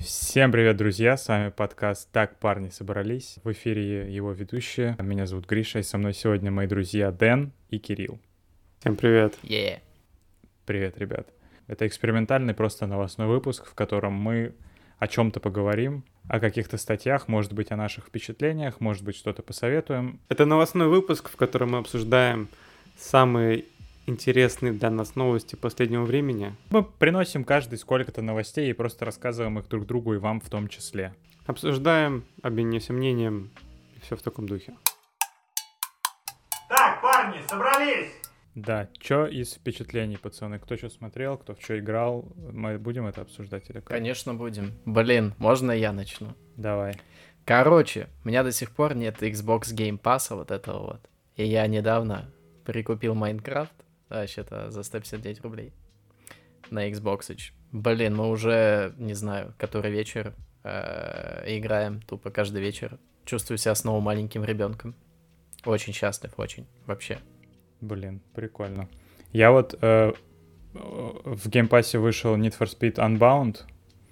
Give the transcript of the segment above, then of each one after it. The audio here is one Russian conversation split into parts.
Всем привет, друзья! С вами подкаст «Так парни собрались». В эфире его ведущие. Меня зовут Гриша, и со мной сегодня мои друзья Дэн и Кирилл. Всем привет. Привет, ребят. Это экспериментальный просто новостной выпуск, в котором мы о чем-то поговорим, о каких-то статьях, может быть, о наших впечатлениях, может быть, что-то посоветуем. Это новостной выпуск, в котором мы обсуждаем самые интересные для нас новости последнего времени. Мы приносим каждый сколько-то новостей и просто рассказываем их друг другу и вам в том числе. Обсуждаем, обмениваемся мнением и все в таком духе. Так, парни, собрались! Да, что из впечатлений, пацаны? Кто что смотрел, кто в что играл? Мы будем это обсуждать или как? Конечно, будем. Блин, можно я начну? Давай. Короче, у меня до сих пор нет Xbox Game Pass вот этого вот. И я недавно прикупил Майнкрафт, вообще-то за 159 рублей на Xbox. Блин, мы уже, не знаю, который вечер играем, тупо каждый вечер. Чувствую себя снова маленьким ребенком. Очень счастлив, очень, вообще. Блин, прикольно. Я вот в геймпассе вышел Need for Speed Unbound.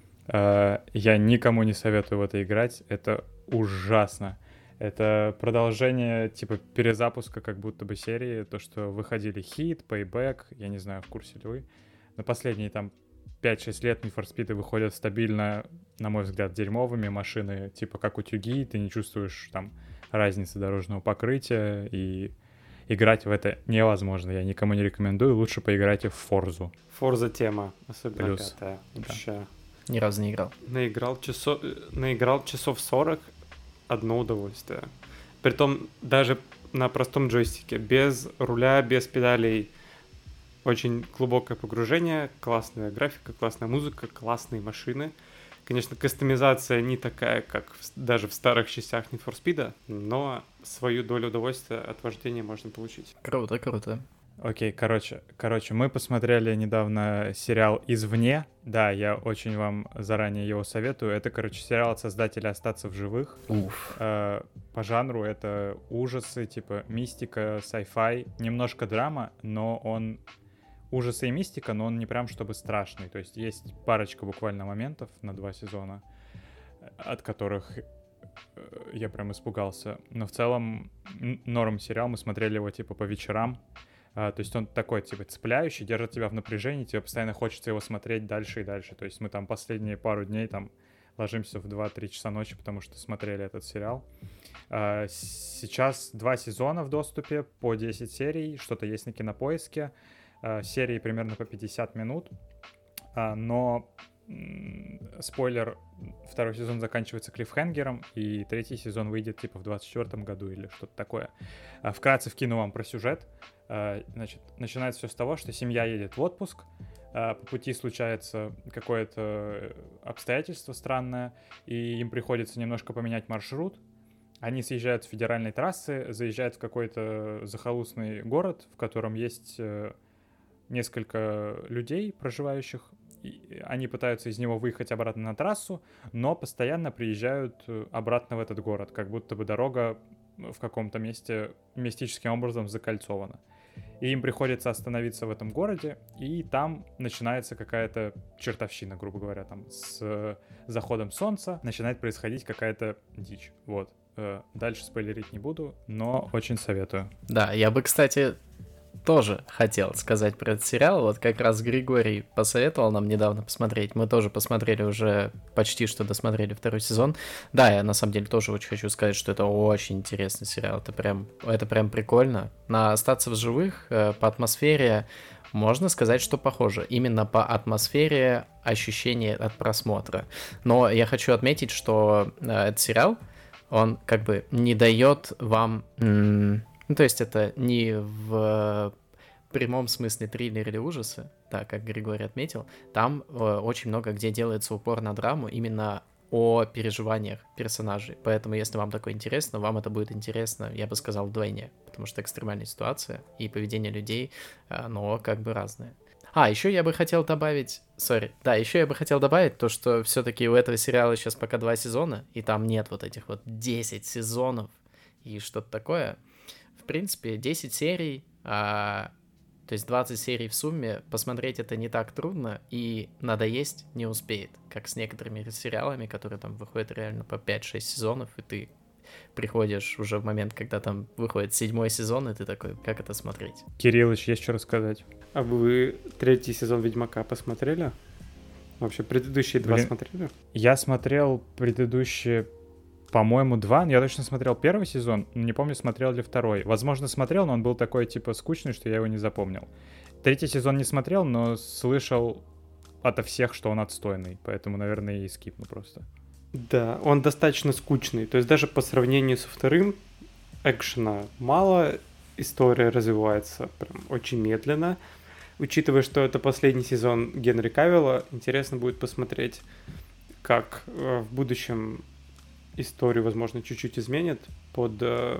Я никому не советую в это играть. Это ужасно. Это продолжение, типа, перезапуска как будто бы серии. То, что выходили Hit, Payback, я не знаю, в курсе ли вы. Но последние там 5-6 лет Need for Speed выходят стабильно, на мой взгляд, дерьмовыми. Машины, типа, как утюги. Ты не чувствуешь там разницы дорожного покрытия, и играть в это невозможно. Я никому не рекомендую. Лучше поиграйте в Форзу. Форза тема, особенно Плюс. пятая. Вообще. Ни разу не играл. Наиграл часов 40, одно удовольствие. Притом даже на простом джойстике, без руля, без педалей. Очень глубокое погружение, классная графика, классная музыка, классные машины. Конечно, кастомизация не такая, как даже в старых частях Need for Speed, но свою долю удовольствия от вождения можно получить. Круто, круто. Окей, короче, мы посмотрели недавно сериал «Извне». Да, я очень вам заранее его советую. Это, сериал от создателя «Остаться в живых». Уф. По жанру это ужасы, типа мистика, sci-fi, немножко драма, но он ужасы и мистика, но он не прям чтобы страшный. То есть есть парочка буквально моментов на 2 сезона, от которых я прям испугался. Но в целом норм сериал, мы смотрели его типа по вечерам. То есть он такой, типа, цепляющий, держит тебя в напряжении, тебе постоянно хочется его смотреть дальше и дальше. То есть мы там последние пару дней там ложимся в 2-3 часа ночи, потому что смотрели этот сериал. Сейчас 2 сезона в доступе, по 10 серий, что-то есть на Кинопоиске. Серии примерно по 50 минут. Но спойлер, 2 сезон заканчивается клиффхенгером, и 3 сезон выйдет типа в 24 году или что-то такое. Вкратце вкину вам про сюжет. Значит, начинается все с того, что семья едет в отпуск, по пути случается какое-то обстоятельство странное, и им приходится немножко поменять маршрут. Они съезжают с федеральной трассы, заезжают в какой-то захолустный город, в котором есть несколько людей, проживающих. И они пытаются из него выехать обратно на трассу, но постоянно приезжают обратно в этот город, как будто бы дорога в каком-то месте мистическим образом закольцована. И им приходится остановиться в этом городе, и там начинается какая-то чертовщина, грубо говоря, там с заходом солнца начинает происходить какая-то дичь. Вот. Дальше спойлерить не буду, но очень советую. Да, я бы, кстати, тоже хотел сказать про этот сериал. Вот как раз Григорий посоветовал нам недавно посмотреть. Мы тоже посмотрели уже, почти что досмотрели 2 сезон. Да, я на самом деле тоже очень хочу сказать, что это очень интересный сериал. Это прям прикольно. На «Остаться в живых» по атмосфере можно сказать, что похоже. Именно по атмосфере ощущения от просмотра. Но я хочу отметить, что этот сериал, он как бы не дает вам... Ну, то есть это не в прямом смысле триллер или ужасы, да, как Григорий отметил. Там очень много где делается упор на драму именно о переживаниях персонажей. Поэтому, если вам такое интересно, вам это будет интересно, я бы сказал, вдвойне. Потому что экстремальная ситуация и поведение людей, оно как бы разное. Еще я бы хотел добавить... еще я бы хотел добавить то, что все-таки у этого сериала сейчас пока 2 сезона, и там нет вот этих вот 10 сезонов и что-то такое. В принципе, 10 серий, то То есть 20 серий в сумме, посмотреть это не так трудно, и надоесть не успеет, как с некоторыми сериалами, которые там выходят реально по 5-6 сезонов, и ты приходишь уже в момент, когда там выходит 7-й сезон, и ты такой, как это смотреть? Кириллыч, есть что рассказать? А вы 3-й сезон Ведьмака посмотрели? Вообще, предыдущие 2 смотрели? Я смотрел предыдущие, по-моему, 2. Я точно смотрел 1-й сезон, но не помню, смотрел ли 2-й. Возможно, смотрел, но он был такой, типа, скучный, что я его не запомнил. 3-й сезон не смотрел, но слышал ото всех, что он отстойный. Поэтому, наверное, и скипну просто. Да, он достаточно скучный. То есть даже по сравнению со 2-м экшена мало, история развивается прям очень медленно. Учитывая, что это последний сезон Генри Кавилла, интересно будет посмотреть, как в будущем историю, возможно, чуть-чуть изменят под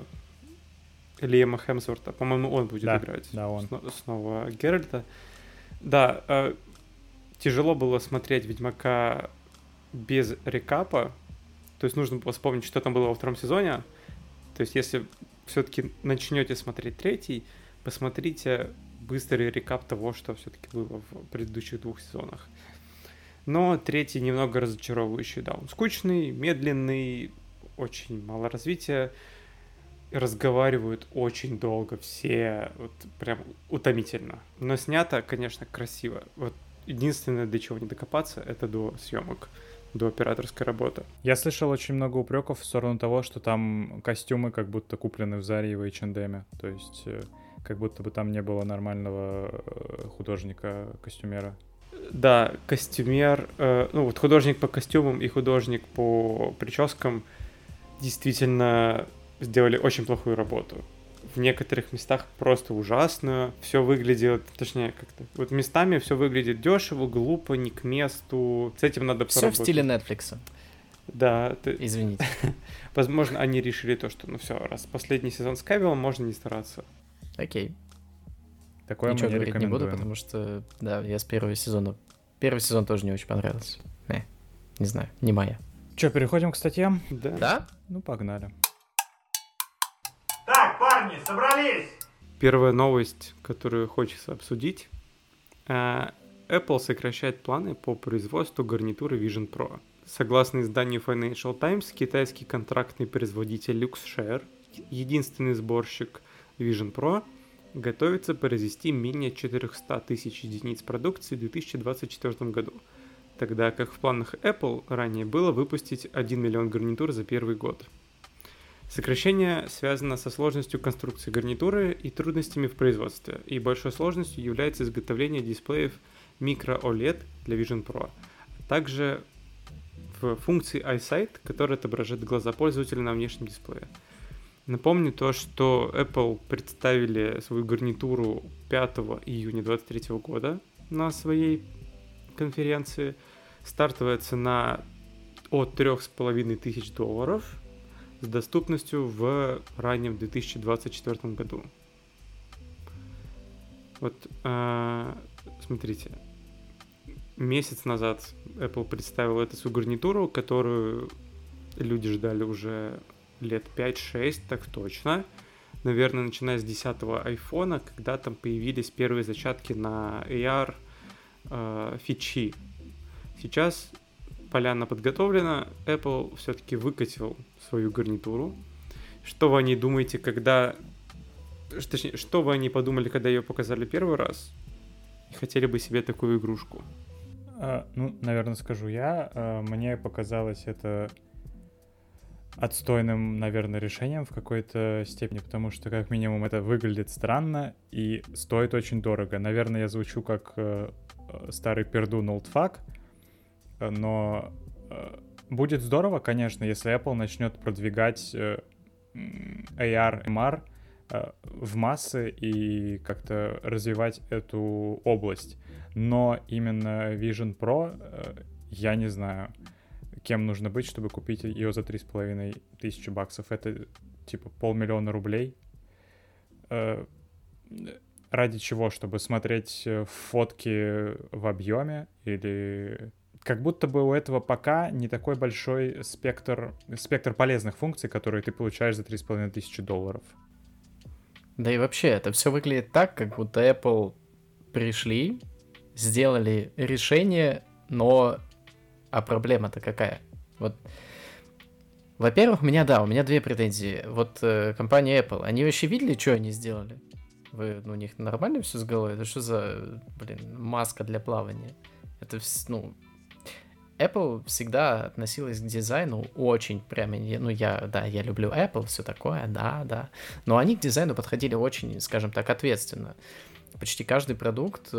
Лиама Хемсворта. По-моему, он будет играть он. снова Геральта. Да, тяжело было смотреть Ведьмака без рекапа. То есть нужно было вспомнить, что там было во 2-м сезоне. То есть если все-таки начнете смотреть 3-й, посмотрите быстрый рекап того, что все-таки было в предыдущих 2 сезонах. Но 3-й немного разочаровывающий, да. Он скучный, медленный, очень мало развития. Разговаривают очень долго все, вот прям утомительно. Но снято, конечно, красиво. Вот единственное, до чего не докопаться, это до съемок, до операторской работы. Я слышал очень много упреков в сторону того, что там костюмы как будто куплены в Заре и в H&M. То есть как будто бы там не было нормального художника-костюмера. Да, костюмер, ну вот художник по костюмам и художник по прическам действительно сделали очень плохую работу. В некоторых местах просто ужасно. Все выглядит, точнее, как-то... Вот местами все выглядит дешево, глупо, не к месту. С этим надо поработать. Все в стиле Netflix. Да. Извините. Возможно, они решили то, что, ну все, раз последний сезон с Кавиллом, можно не стараться. Окей. Такое Ничего мы не говорить не буду, рекомендуем. потому что, да, я с 1-го сезона... 1-й сезон тоже не очень понравился. Не знаю, не моя. Че, переходим к статьям? Да? Ну, погнали. Так, парни, собрались! Первая новость, которую хочется обсудить. Apple сокращает планы по производству гарнитуры Vision Pro. Согласно изданию Financial Times, китайский контрактный производитель Luxshare, единственный сборщик Vision Pro, готовится произвести менее 400 тысяч единиц продукции в 2024 году, тогда как в планах Apple ранее было выпустить 1 миллион гарнитур за первый год. Сокращение связано со сложностью конструкции гарнитуры и трудностями в производстве, и большой сложностью является изготовление дисплеев Micro OLED для Vision Pro, а также в функции EyeSight, которая отображает глаза пользователя на внешнем дисплее. Напомню то, что Apple представили свою гарнитуру 5 июня 2023 года на своей конференции. Стартовая цена от $3500 с доступностью в раннем 2024 году. Вот, смотрите, месяц назад Apple представил эту свою гарнитуру, которую люди ждали уже лет 5-6, так точно. Наверное, начиная с 10-го айфона, когда там появились первые зачатки на AR фичи. Сейчас поляна подготовлена, Apple все-таки выкатил свою гарнитуру. Что вы о ней думаете, когда... Точнее, что вы о ней подумали, когда ее показали первый раз? И хотели бы себе такую игрушку? Ну, наверное, скажу я. Мне показалось это отстойным, наверное, решением в какой-то степени, потому что, как минимум, это выглядит странно и стоит очень дорого. Наверное, я звучу как старый пердун олдфак, но будет здорово, конечно, если Apple начнет продвигать AR, MR в массы и как-то развивать эту область. Но именно Vision Pro, я не знаю, кем нужно быть, чтобы купить ее за $3500. Это типа $500,000. Ради чего? Чтобы смотреть фотки в объеме? Или... Как будто бы у этого пока не такой большой спектр полезных функций, которые ты получаешь за $3500. Да и вообще, это все выглядит так, как будто Apple пришли, сделали решение, но... А проблема-то какая? Вот, во-первых, у меня две претензии. Вот компания Apple, они вообще видели, что они сделали? У них нормально все с головой? Это что за, маска для плавания? Это, Apple всегда относилась к дизайну очень прямо, я люблю Apple, все такое, да, но они к дизайну подходили очень, скажем так, ответственно. Почти каждый продукт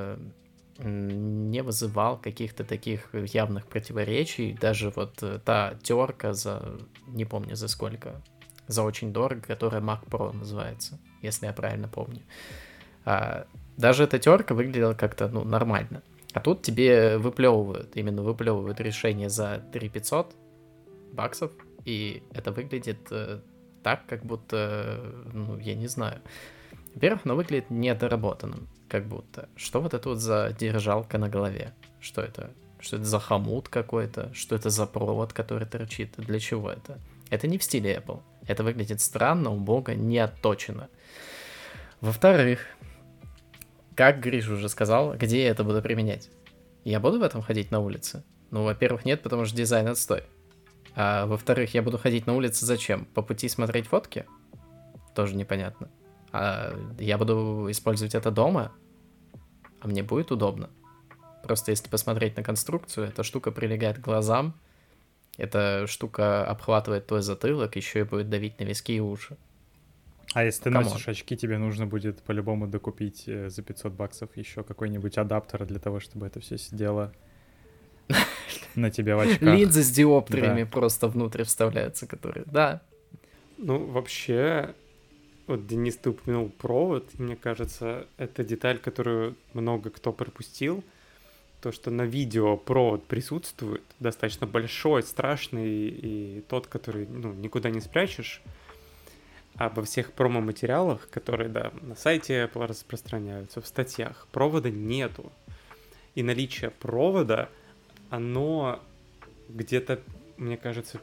не вызывал каких-то таких явных противоречий, даже вот та терка не помню за сколько, за очень дорого, которая Mac Pro называется, если я правильно помню. Даже эта терка выглядела как-то, нормально. А тут тебе выплевывают решение за 3500 баксов, и это выглядит так, как будто, я не знаю. Во-первых, оно выглядит недоработанным, как будто. Что вот это вот за держалка на голове? Что это? Что это за хомут какой-то? Что это за провод, который торчит? Для чего это? Это не в стиле Apple. Это выглядит странно, убого, не отточено. Во-вторых, как Гриша уже сказал, где я это буду применять? Я буду в этом ходить на улице? Во-первых, нет, потому что дизайн отстой. А во-вторых, я буду ходить на улице зачем? По пути смотреть фотки? Тоже непонятно. А я буду использовать это дома? А мне будет удобно? Просто если посмотреть на конструкцию, эта штука прилегает к глазам, эта штука обхватывает твой затылок, еще и будет давить на виски и уши. А если ты носишь очки, тебе нужно будет по-любому докупить за 500 баксов еще какой-нибудь адаптер для того, чтобы это все сидело на тебе в очках. Линзы с диоптриями просто внутрь вставляются, которые... Да. Вообще, вот Денис, ты упомянул провод, и мне кажется, это деталь, которую много кто пропустил. То, что на видео провод присутствует, достаточно большой, страшный, и тот, который, никуда не спрячешь. А во всех промо-материалах, которые, на сайте Apple распространяются, в статьях, провода нету. И наличие провода, оно где-то, мне кажется,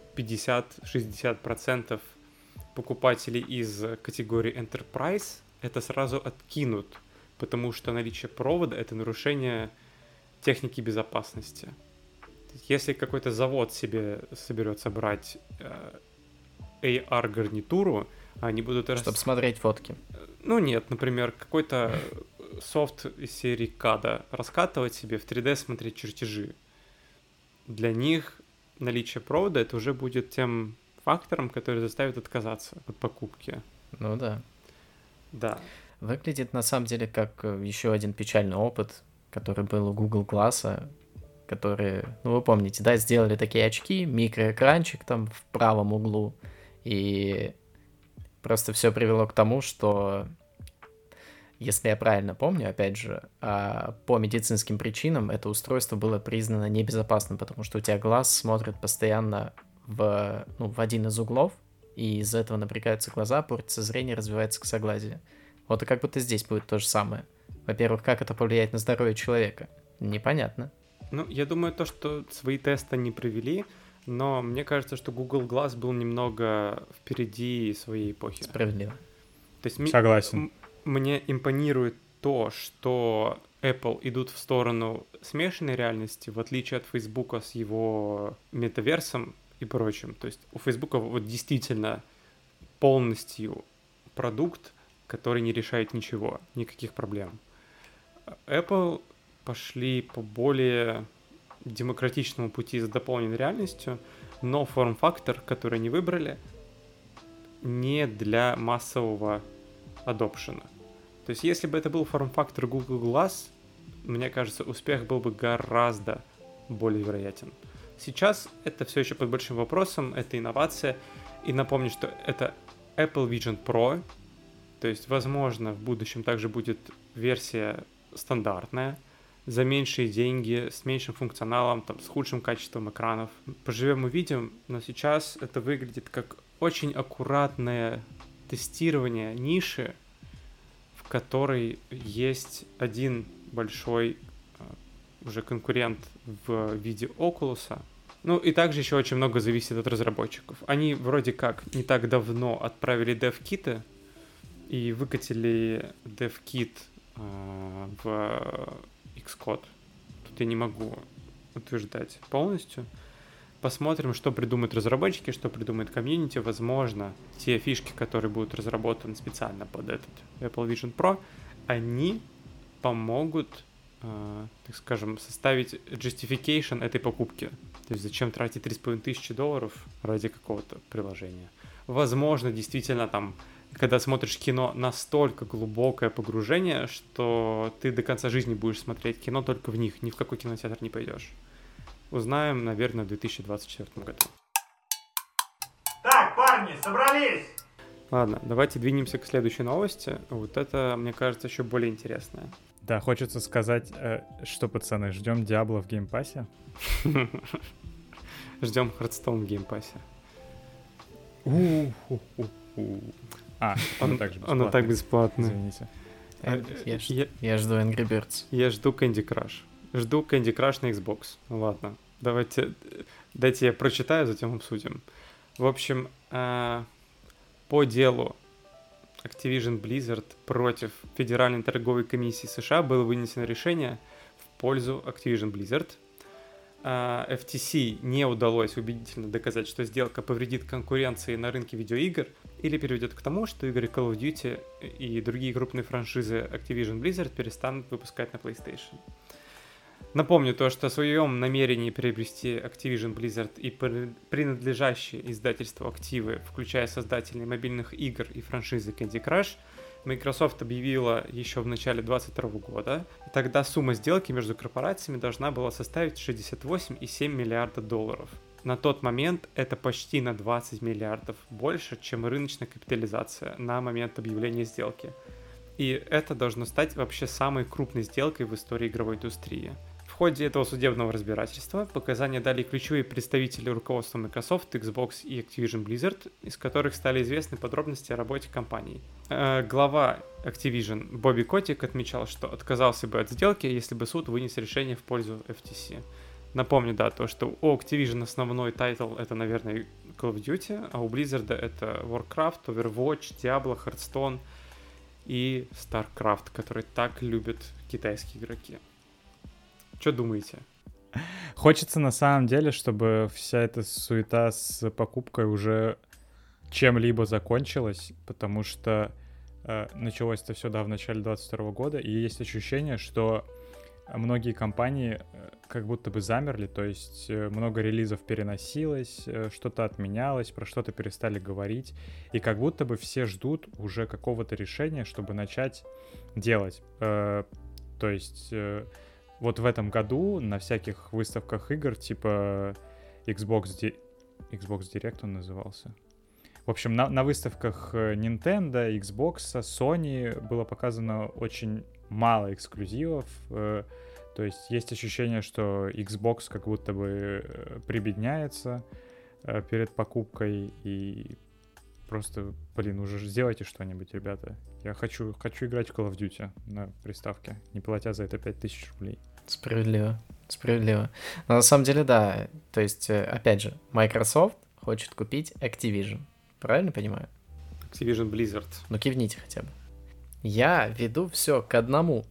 50-60% покупателей из категории Enterprise это сразу откинут, потому что наличие провода — это нарушение техники безопасности. Если какой-то завод себе соберется брать AR-гарнитуру, они будут... Чтобы смотреть фотки. Нет, например, какой-то софт из серии CAD раскатывать себе в 3D, смотреть чертежи. Для них наличие провода — это уже будет тем фактором, который заставит отказаться от покупки. Да. Да. Выглядит на самом деле как еще один печальный опыт, который был у Google Glass, которые, вы помните, сделали такие очки, микроэкранчик там в правом углу, и просто все привело к тому, что, если я правильно помню, опять же, по медицинским причинам это устройство было признано небезопасным, потому что у тебя глаз смотрит постоянно в один из углов, и из-за этого напрягаются глаза, портится зрение, развивается косоглазие. Вот и как будто здесь будет то же самое. Во-первых, как это повлияет на здоровье человека? Непонятно. Я думаю, что свои тесты не провели, но мне кажется, что Google Glass был немного впереди своей эпохи. Справедливо. То есть согласен. Мне импонирует то, что Apple идут в сторону смешанной реальности, в отличие от Facebook с его метаверсом и прочим. То есть у Facebook вот действительно полностью продукт, который не решает ничего, никаких проблем. Apple пошли по более демократичному пути с дополненной реальностью, но форм-фактор, который они выбрали, не для массового адопшена. То есть если бы это был форм-фактор Google Glass, мне кажется, успех был бы гораздо более вероятен. Сейчас это все еще под большим вопросом, это инновация. И напомню, что это Apple Vision Pro, то есть, возможно, в будущем также будет версия стандартная, за меньшие деньги, с меньшим функционалом, с худшим качеством экранов. Поживем увидим, но сейчас это выглядит как очень аккуратное тестирование ниши, в которой есть один большой уже конкурент в виде Oculus. И также еще очень много зависит от разработчиков. Они вроде как не так давно отправили дев-киты и выкатили DevKit в Xcode. Тут я не могу утверждать полностью. Посмотрим, что придумают разработчики, что придумает комьюнити. Возможно, те фишки, которые будут разработаны специально под этот Apple Vision Pro, они помогут, так скажем, составить justification этой покупки. То есть зачем тратить $3500 ради какого-то приложения. Возможно, действительно там, когда смотришь кино, настолько глубокое погружение, что ты до конца жизни будешь смотреть кино только в них, ни в какой кинотеатр не пойдешь. Узнаем, наверное, в 2024 году. Так, парни, собрались! Ладно, давайте двинемся к следующей новости. Вот это, мне кажется, еще более интересное. Да, хочется сказать, что, пацаны, ждем Диабло в геймпассе. Ждем Hearthstone в геймпассе. Оно так бесплатно. Извините. Я жду Angry Birds. Я жду Candy Crush. Жду Candy Crush на Xbox. Ладно, дайте я прочитаю, затем обсудим. В общем, по делу Activision Blizzard против Федеральной торговой комиссии США было вынесено решение в пользу Activision Blizzard. FTC не удалось убедительно доказать, что сделка повредит конкуренции на рынке видеоигр или приведет к тому, что игры Call of Duty и другие крупные франшизы Activision Blizzard перестанут выпускать на PlayStation. Напомню то, что о своем намерении приобрести Activision Blizzard и принадлежащие издательству активы, включая создателей мобильных игр и франшизы Candy Crush, Microsoft объявила еще в начале 2022 года. И тогда сумма сделки между корпорациями должна была составить $68,7 миллиарда. На тот момент это почти на 20 миллиардов больше, чем рыночная капитализация на момент объявления сделки. И это должно стать вообще самой крупной сделкой в истории игровой индустрии. В ходе этого судебного разбирательства показания дали ключевые представители руководства Microsoft, Xbox и Activision Blizzard, из которых стали известны подробности о работе компаний. Глава Activision Бобби Котик отмечал, что отказался бы от сделки, если бы суд вынес решение в пользу FTC. Напомню, да, то, что у Activision основной тайтл это, наверное, Call of Duty, а у Blizzard это Warcraft, Overwatch, Diablo, Hearthstone и StarCraft, который так любят китайские игроки. Что думаете? Хочется на самом деле, чтобы вся эта суета с покупкой уже чем-либо закончилась, потому что началось это все в начале 2022 года, и есть ощущение, что многие компании как будто бы замерли, то есть много релизов переносилось, что-то отменялось, про что-то перестали говорить, и как будто бы все ждут уже какого-то решения, чтобы начать делать. То есть вот в этом году на всяких выставках игр типа Xbox Direct он назывался. В общем, на выставках Nintendo, Xbox, Sony было показано очень мало эксклюзивов. То есть ощущение, что Xbox как будто бы прибедняется перед покупкой. И просто, уже сделайте что-нибудь, ребята. Я хочу играть в Call of Duty на приставке, не платя за это 5000 рублей. Справедливо. Но на самом деле, да. То есть, опять же, Microsoft хочет купить Activision. Правильно понимаю? Activision Blizzard. Ну, кивните хотя бы. Я веду все к одному.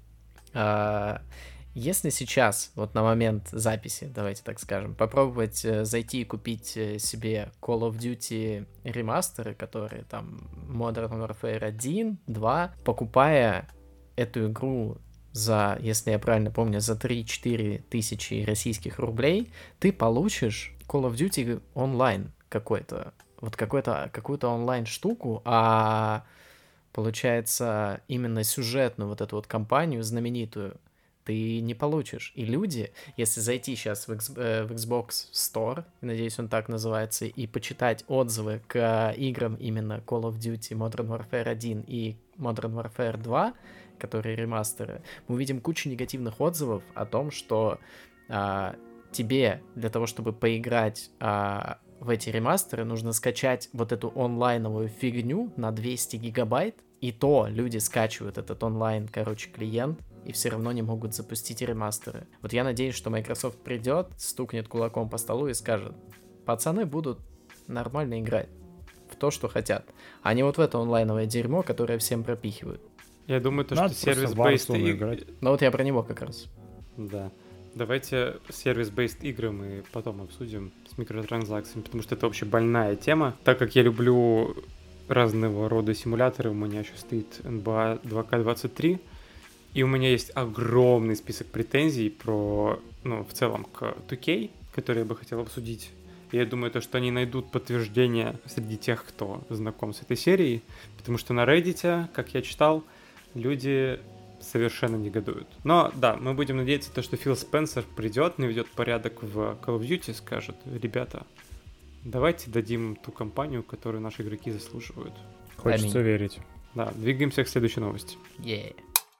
Если сейчас, вот на момент записи, давайте так скажем, попробовать зайти и купить себе Call of Duty ремастеры, которые там Modern Warfare 1, 2, покупая эту игру за, если я правильно помню, за 3-4 тысячи российских рублей, ты получишь Call of Duty онлайн какой-то. Вот какую-то онлайн-штуку, а получается именно сюжетную вот эту вот кампанию знаменитую ты не получишь. И люди, если зайти сейчас в Xbox Store, надеюсь, он так называется, и почитать отзывы к играм именно Call of Duty Modern Warfare 1 и Modern Warfare 2, которые ремастеры, мы увидим кучу негативных отзывов о том, что тебе для того, чтобы поиграть в эти ремастеры, нужно скачать вот эту онлайновую фигню на 200 гигабайт, и то люди скачивают этот онлайн, клиент, и все равно не могут запустить ремастеры. Вот я надеюсь, что Microsoft придет, стукнет кулаком по столу и скажет: пацаны будут нормально играть в то, что хотят, а не вот в это онлайновое дерьмо, которое всем пропихивают. Я думаю, что Надо просто в сервис-бейст Warzone играть. Ну вот я про него как раз. Да. Давайте сервис-бейст игры мы потом обсудим с микротранзакциями, потому что это вообще больная тема. Так как я люблю разного рода симуляторы, у меня еще стоит NBA 2K23, и у меня есть огромный список претензий про, в целом к 2K, которые я бы хотел обсудить. И я думаю, что они найдут подтверждение среди тех, кто знаком с этой серией, потому что на Reddit, как я читал, люди совершенно негодуют. Но да, мы будем надеяться, что Фил Спенсер придет, наведет порядок в Call of Duty, скажет: ребята, давайте дадим ту компанию, которую наши игроки заслуживают. Хочется верить. Да, двигаемся к следующей новости. Yeah.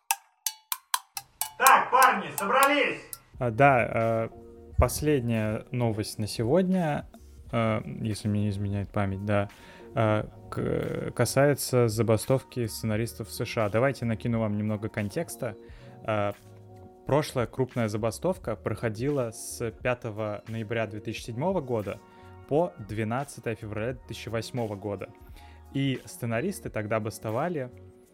Так, парни, собрались! Последняя новость на сегодня, если мне не изменяет память, да, касается забастовки сценаристов в США. Давайте накину вам немного контекста. Прошлая крупная забастовка проходила с 5 ноября 2007 года по 12 февраля 2008 года. И сценаристы тогда бастовали.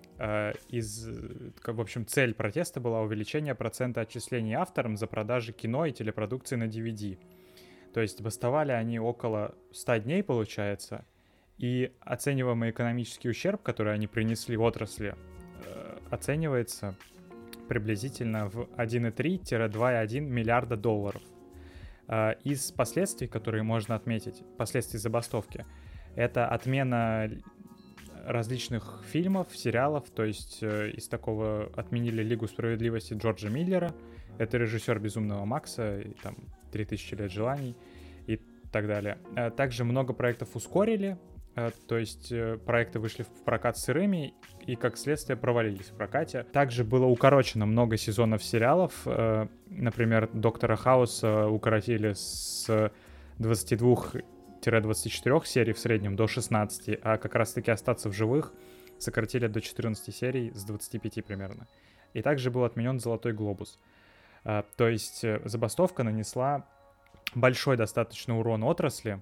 В общем, цель протеста была увеличение процента отчислений авторам за продажи кино и телепродукции на DVD. То есть бастовали они около 100 дней, получается, и оцениваемый экономический ущерб, который они принесли отрасли, оценивается приблизительно в 1,3-2,1 миллиарда долларов. Из последствий, которые можно отметить, последствий забастовки, это отмена различных фильмов, сериалов, то есть из такого отменили «Лигу справедливости» Джорджа Миллера, это режиссер «Безумного Макса», и там «3000 лет желаний» и так далее. Также много проектов ускорили, то есть проекты вышли в прокат сырыми и, как следствие, провалились в прокате. Также было укорочено много сезонов сериалов, например, «Доктора Хауса» укоротили с 22-24 серий в среднем до 16, а как раз-таки «Остаться в живых» сократили до 14 серий с 25 примерно. И также был отменен «Золотой глобус». То есть забастовка нанесла большой достаточно урон отрасли,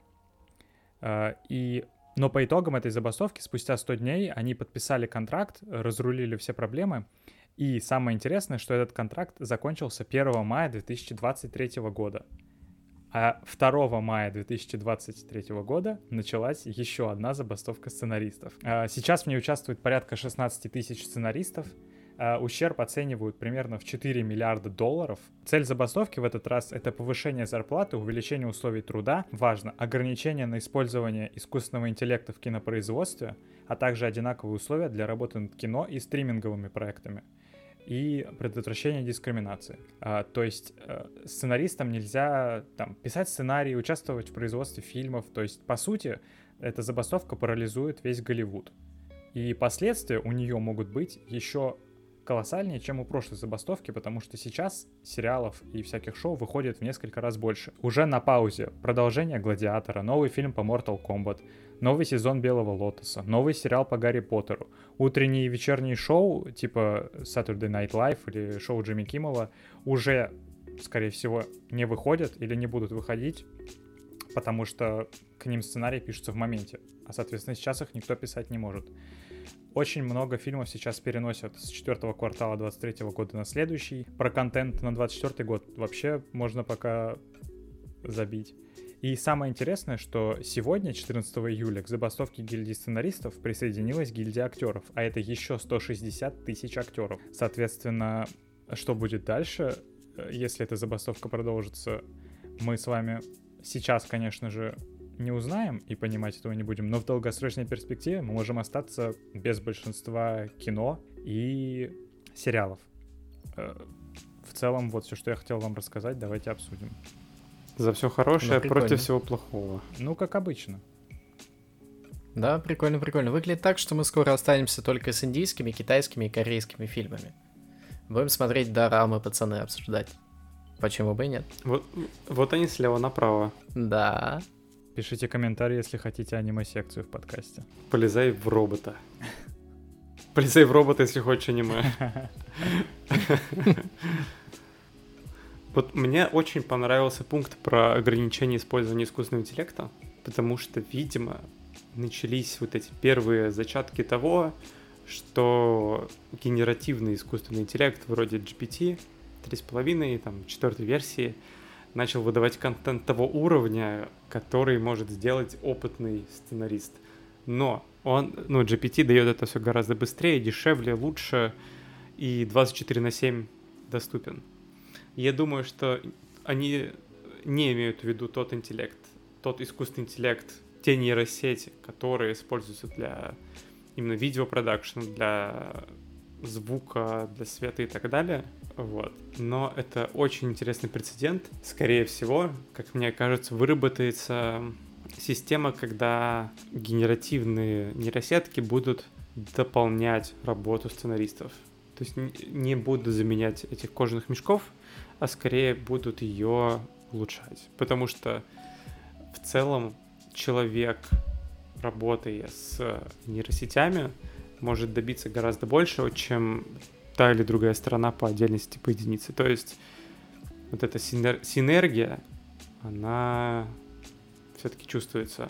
но по итогам этой забастовки спустя 100 дней они подписали контракт, разрулили все проблемы, и самое интересное, что этот контракт закончился 1 мая 2023 года. А 2 мая 2023 года началась еще одна забастовка сценаристов. Сейчас в ней участвует порядка 16 тысяч сценаристов. Ущерб оценивают примерно в 4 миллиарда долларов. Цель забастовки в этот раз — это повышение зарплаты, увеличение условий труда, важно, ограничение на использование искусственного интеллекта в кинопроизводстве, а также одинаковые условия для работы над кино и стриминговыми проектами, и предотвращение дискриминации. То есть сценаристам нельзя писать сценарии, участвовать в производстве фильмов. То есть, по сути, эта забастовка парализует весь Голливуд. И последствия у нее могут быть еще колоссальнее, чем у прошлой забастовки, потому что сейчас сериалов и всяких шоу выходит в несколько раз больше. Уже на паузе продолжение «Гладиатора», новый фильм по Mortal Kombat, новый сезон «Белого лотоса», новый сериал по Гарри Поттеру, утренние и вечерние шоу типа Saturday Night Live или шоу Джимми Киммела уже, скорее всего, не выходят или не будут выходить, потому что к ним сценарий пишется в моменте, а, соответственно, сейчас их никто писать не может. Очень много фильмов сейчас переносят с 4 квартала 23 года на следующий. Про контент на 24 год вообще можно пока забить. И самое интересное, что сегодня, 14 июля, к забастовке гильдии сценаристов присоединилась гильдия актеров, а это еще 160 тысяч актеров. Соответственно, что будет дальше, если эта забастовка продолжится, мы с вами сейчас, конечно же, не узнаем и понимать этого не будем, но в долгосрочной перспективе мы можем остаться без большинства кино и сериалов. В целом, вот все, что я хотел вам рассказать, давайте обсудим. За все хорошее против всего плохого. Ну, как обычно. Да, прикольно. Выглядит так, что мы скоро останемся только с индийскими, китайскими и корейскими фильмами. Будем смотреть дорамы, пацаны, обсуждать. Почему бы и нет? Вот они слева направо. Да. Пишите комментарии, если хотите аниме-секцию в подкасте. Полезай в робота. Полезай в робота, если хочешь аниме. Вот мне очень понравился пункт про ограничение использования искусственного интеллекта, потому что, видимо, начались вот эти первые зачатки того, что генеративный искусственный интеллект вроде GPT 3.5, там, 4 версии, начал выдавать контент того уровня, который может сделать опытный сценарист. Но GPT дает это все гораздо быстрее, дешевле, лучше и 24/7 доступен. Я думаю, что они не имеют в виду тот интеллект, тот искусственный интеллект, те нейросети, которые используются для именно видеопродакшена, для звука, для света и так далее. Вот. Но это очень интересный прецедент. Скорее всего, как мне кажется, выработается система, когда генеративные нейросетки будут дополнять работу сценаристов. То есть не будут заменять этих кожаных мешков, а скорее будут ее улучшать. Потому что в целом человек, работая с нейросетями, может добиться гораздо большего, чем та или другая сторона по отдельности, по единице. То есть вот эта синергия, она все-таки чувствуется.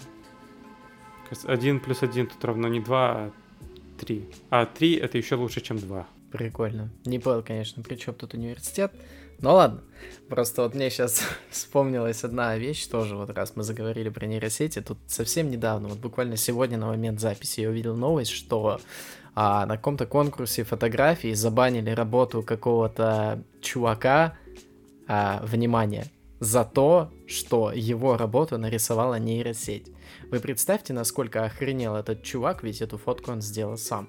1 + 1 тут равно не 2, а 3. А 3 это еще лучше, чем 2. Прикольно. Не понял, конечно, при чем тут университет. Ну ладно. Просто вот мне сейчас вспомнилась одна вещь тоже, вот раз мы заговорили про нейросети, тут совсем недавно, вот буквально сегодня на момент записи я увидел новость, что на каком-то конкурсе фотографий забанили работу какого-то чувака, внимание, за то, что его работу нарисовала нейросеть. Вы представьте, насколько охренел этот чувак, ведь эту фотку он сделал сам.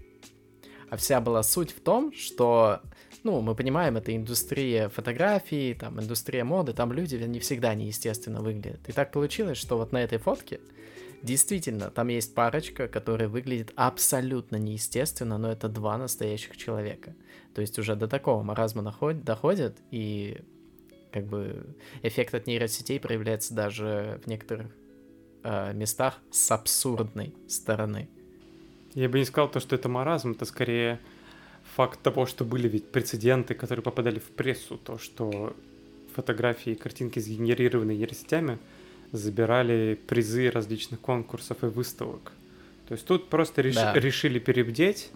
А вся была суть в том, что, мы понимаем, это индустрия фотографии, там, индустрия моды, там люди не всегда неестественно выглядят. И так получилось, что вот на этой фотке действительно там есть парочка, которая выглядит абсолютно неестественно, но это два настоящих человека. То есть уже до такого маразма доходят, и как бы эффект от нейросетей проявляется даже в некоторых местах с абсурдной стороны. Я бы не сказал то, что это маразм, это скорее факт того, что были ведь прецеденты, которые попадали в прессу, то, что фотографии и картинки, сгенерированные нейросетями, забирали призы различных конкурсов и выставок. То есть тут просто решили перебдеть,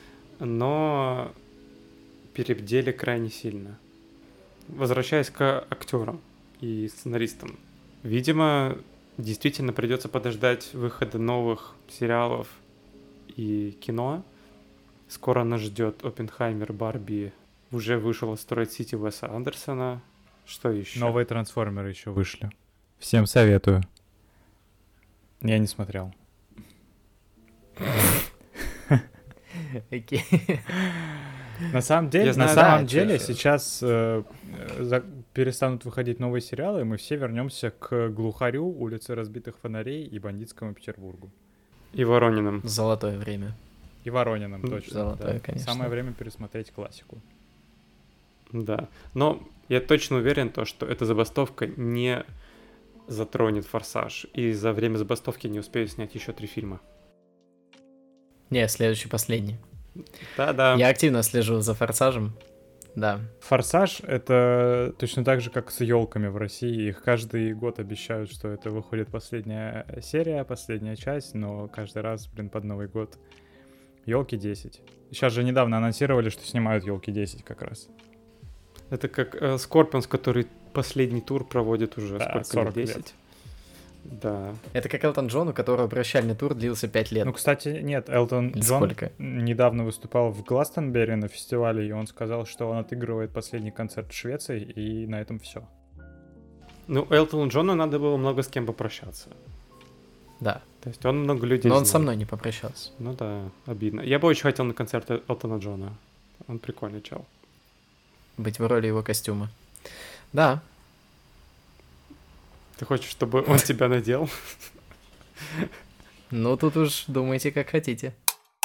но перебдели крайне сильно. Возвращаясь к актерам и сценаристам. Видимо, действительно придется подождать выхода новых сериалов и кино. Скоро нас ждет Оппенхаймер, Барби. Уже вышел Астероид Сити Уэса Андерсона. Что еще? Новые трансформеры еще вышли. Всем советую. Я не смотрел. На самом деле, сейчас перестанут выходить новые сериалы, и мы все вернемся к Глухарю, Улице разбитых фонарей и Бандитскому Петербургу. И Ворониным. Золотое время. И Ворониным, точно. Золотое, конечно. Самое время пересмотреть классику. Да. Но я точно уверен, что эта забастовка не затронет «Форсаж». И за время забастовки не успеют снять еще 3 фильма. Не, следующий, последний. Да. Я активно слежу за «Форсажем». Да. «Форсаж» — это точно так же, как с елками в России. Их каждый год обещают, что это выходит последняя серия, последняя часть, но каждый раз, под Новый год елки 10. Сейчас же недавно анонсировали, что снимают елки 10 как раз. Это как Скорпионс, который последний тур проводит уже сколько 40 лет? 10? Лет. Да. Это как Элтон Джон, у которого прощальный тур длился 5 лет. Ну, кстати, нет, Элтон Джон недавно выступал в Гластонберри на фестивале, и он сказал, что он отыгрывает последний концерт в Швеции, и на этом все. Ну, Элтону Джону надо было много с кем попрощаться. Да. То есть он много людей Но знал. он со мной не попрощался. Ну да, обидно. Я бы очень хотел на концерт Элтона Джона. Он прикольный чел. Быть в роли его костюма. Да. Ты хочешь, чтобы он тебя надел? Ну, тут уж думайте, как хотите.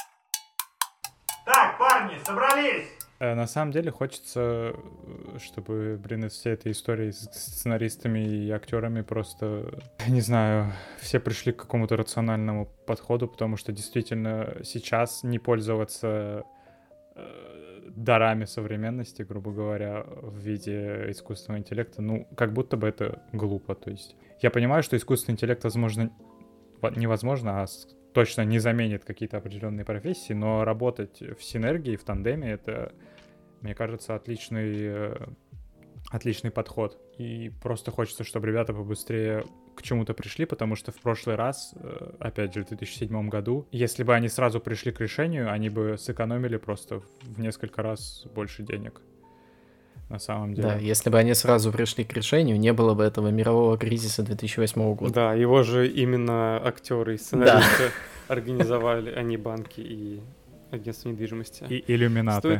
Так, парни, собрались! На самом деле хочется, чтобы, из всей этой истории с сценаристами и актерами просто, не знаю, все пришли к какому-то рациональному подходу, потому что действительно сейчас не пользоваться дарами современности, грубо говоря, в виде искусственного интеллекта, как будто бы это глупо. То есть я понимаю, что искусственный интеллект, возможно, невозможно, точно не заменит какие-то определенные профессии, но работать в синергии, в тандеме — это, мне кажется, отличный подход. И просто хочется, чтобы ребята побыстрее к чему-то пришли, потому что в прошлый раз, опять же, в 2007 году, если бы они сразу пришли к решению, они бы сэкономили просто в несколько раз больше денег. На самом деле. Да, если бы они сразу пришли к решению, не было бы этого мирового кризиса 2008 года. Да, его же именно актеры и сценаристы организовали, а не банки и агентство недвижимости. И иллюминаты.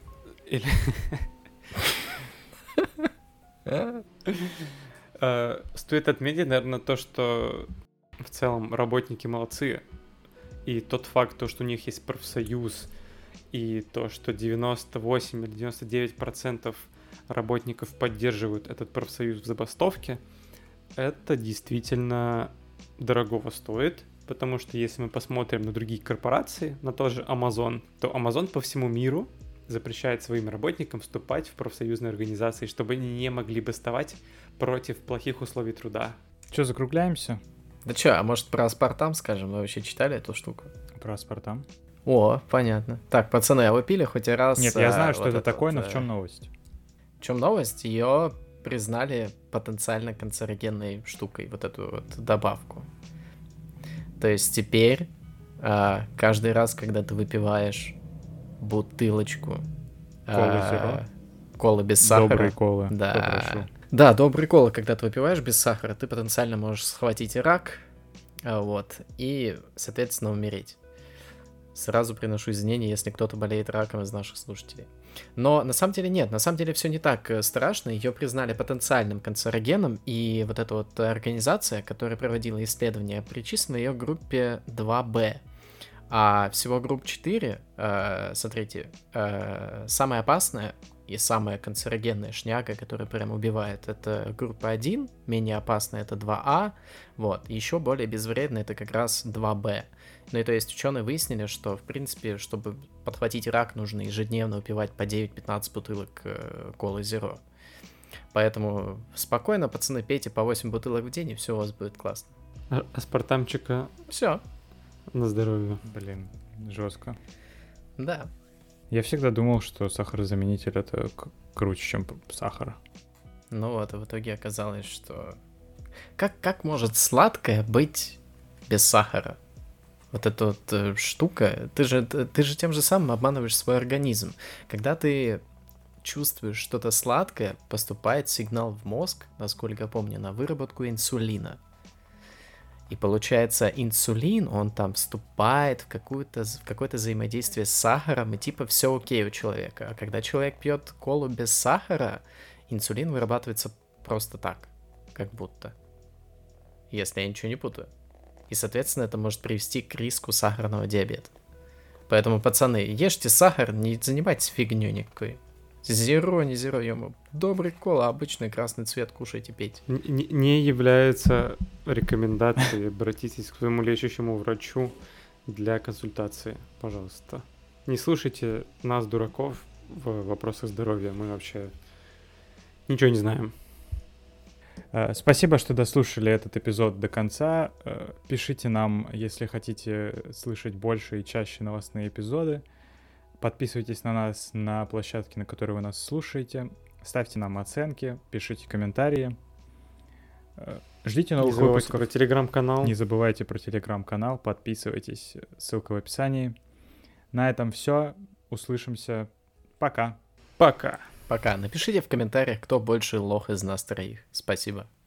Стоит отметить, наверное, то, что в целом работники молодцы. И тот факт, что у них есть профсоюз, и то, что 98 или 99% работников поддерживают этот профсоюз в забастовке, это действительно дорогого стоит, потому что если мы посмотрим на другие корпорации, на тот же Amazon, то Amazon по всему миру запрещает своим работникам вступать в профсоюзные организации, чтобы они не могли бастовать против плохих условий труда. Че, закругляемся? Да чё, а может про аспартам скажем? Вы вообще читали эту штуку? Про аспартам? О, понятно. Так, пацаны, а вы пили хоть раз? Нет, я знаю, что вот это такое, но вот, в чем новость? В чем новость? Ее признали потенциально канцерогенной штукой, вот эту вот добавку. То есть теперь каждый раз, когда ты выпиваешь бутылочку колы без сахара. Добрые колы. Да. Попрошу. Да, добрые колы, когда ты выпиваешь без сахара, ты потенциально можешь схватить рак, вот, и, соответственно, умереть. Сразу приношу извинения, если кто-то болеет раком из наших слушателей. Но на самом деле нет, на самом деле все не так страшно. Ее признали потенциальным канцерогеном, и вот эта вот организация, которая проводила исследования, причислена ее к группе 2Б. А всего групп 4, смотрите, самая опасная и самая канцерогенная шняга, которая прям убивает, это группа 1, менее опасная это 2А, вот, и еще более безвредная это как раз 2Б. Ну и то есть ученые выяснили, что в принципе, чтобы подхватить рак, нужно ежедневно выпивать по 9-15 бутылок колы Zero. Поэтому спокойно, пацаны, пейте по 8 бутылок в день, и все у вас будет классно. Аспартамчика Все. на здоровье. Блин, жестко. Да. Я всегда думал, что сахарозаменитель это круче, чем сахар. Ну вот, и в итоге оказалось, что... Как может сладкое быть без сахара? Вот эта вот штука, ты же тем же самым обманываешь свой организм. Когда ты чувствуешь что-то сладкое, поступает сигнал в мозг, насколько я помню, на выработку инсулина. И получается, инсулин, он там вступает в какое-то взаимодействие с сахаром, и типа все окей у человека. А когда человек пьет колу без сахара, инсулин вырабатывается просто так, как будто. Если я ничего не путаю. И, соответственно, это может привести к риску сахарного диабета. Поэтому, пацаны, ешьте сахар, не занимайтесь фигней никакой. Зеро, не зеро, ему добрый кола, обычный красный цвет, кушайте, пейте. Не является рекомендацией, обратитесь к своему лечащему врачу для консультации, пожалуйста. Не слушайте нас, дураков, в вопросах здоровья, мы вообще ничего не знаем. Спасибо, что дослушали этот эпизод до конца. Пишите нам, если хотите слышать больше и чаще новостные эпизоды. Подписывайтесь на нас на площадке, на которой вы нас слушаете. Ставьте нам оценки, пишите комментарии. Ждите новых выпусков. Про телеграм-канал. Не забывайте про телеграм-канал, подписывайтесь, ссылка в описании. На этом все. Услышимся. Пока. Пока. Пока. Напишите в комментариях, кто больше лох из нас троих. Спасибо.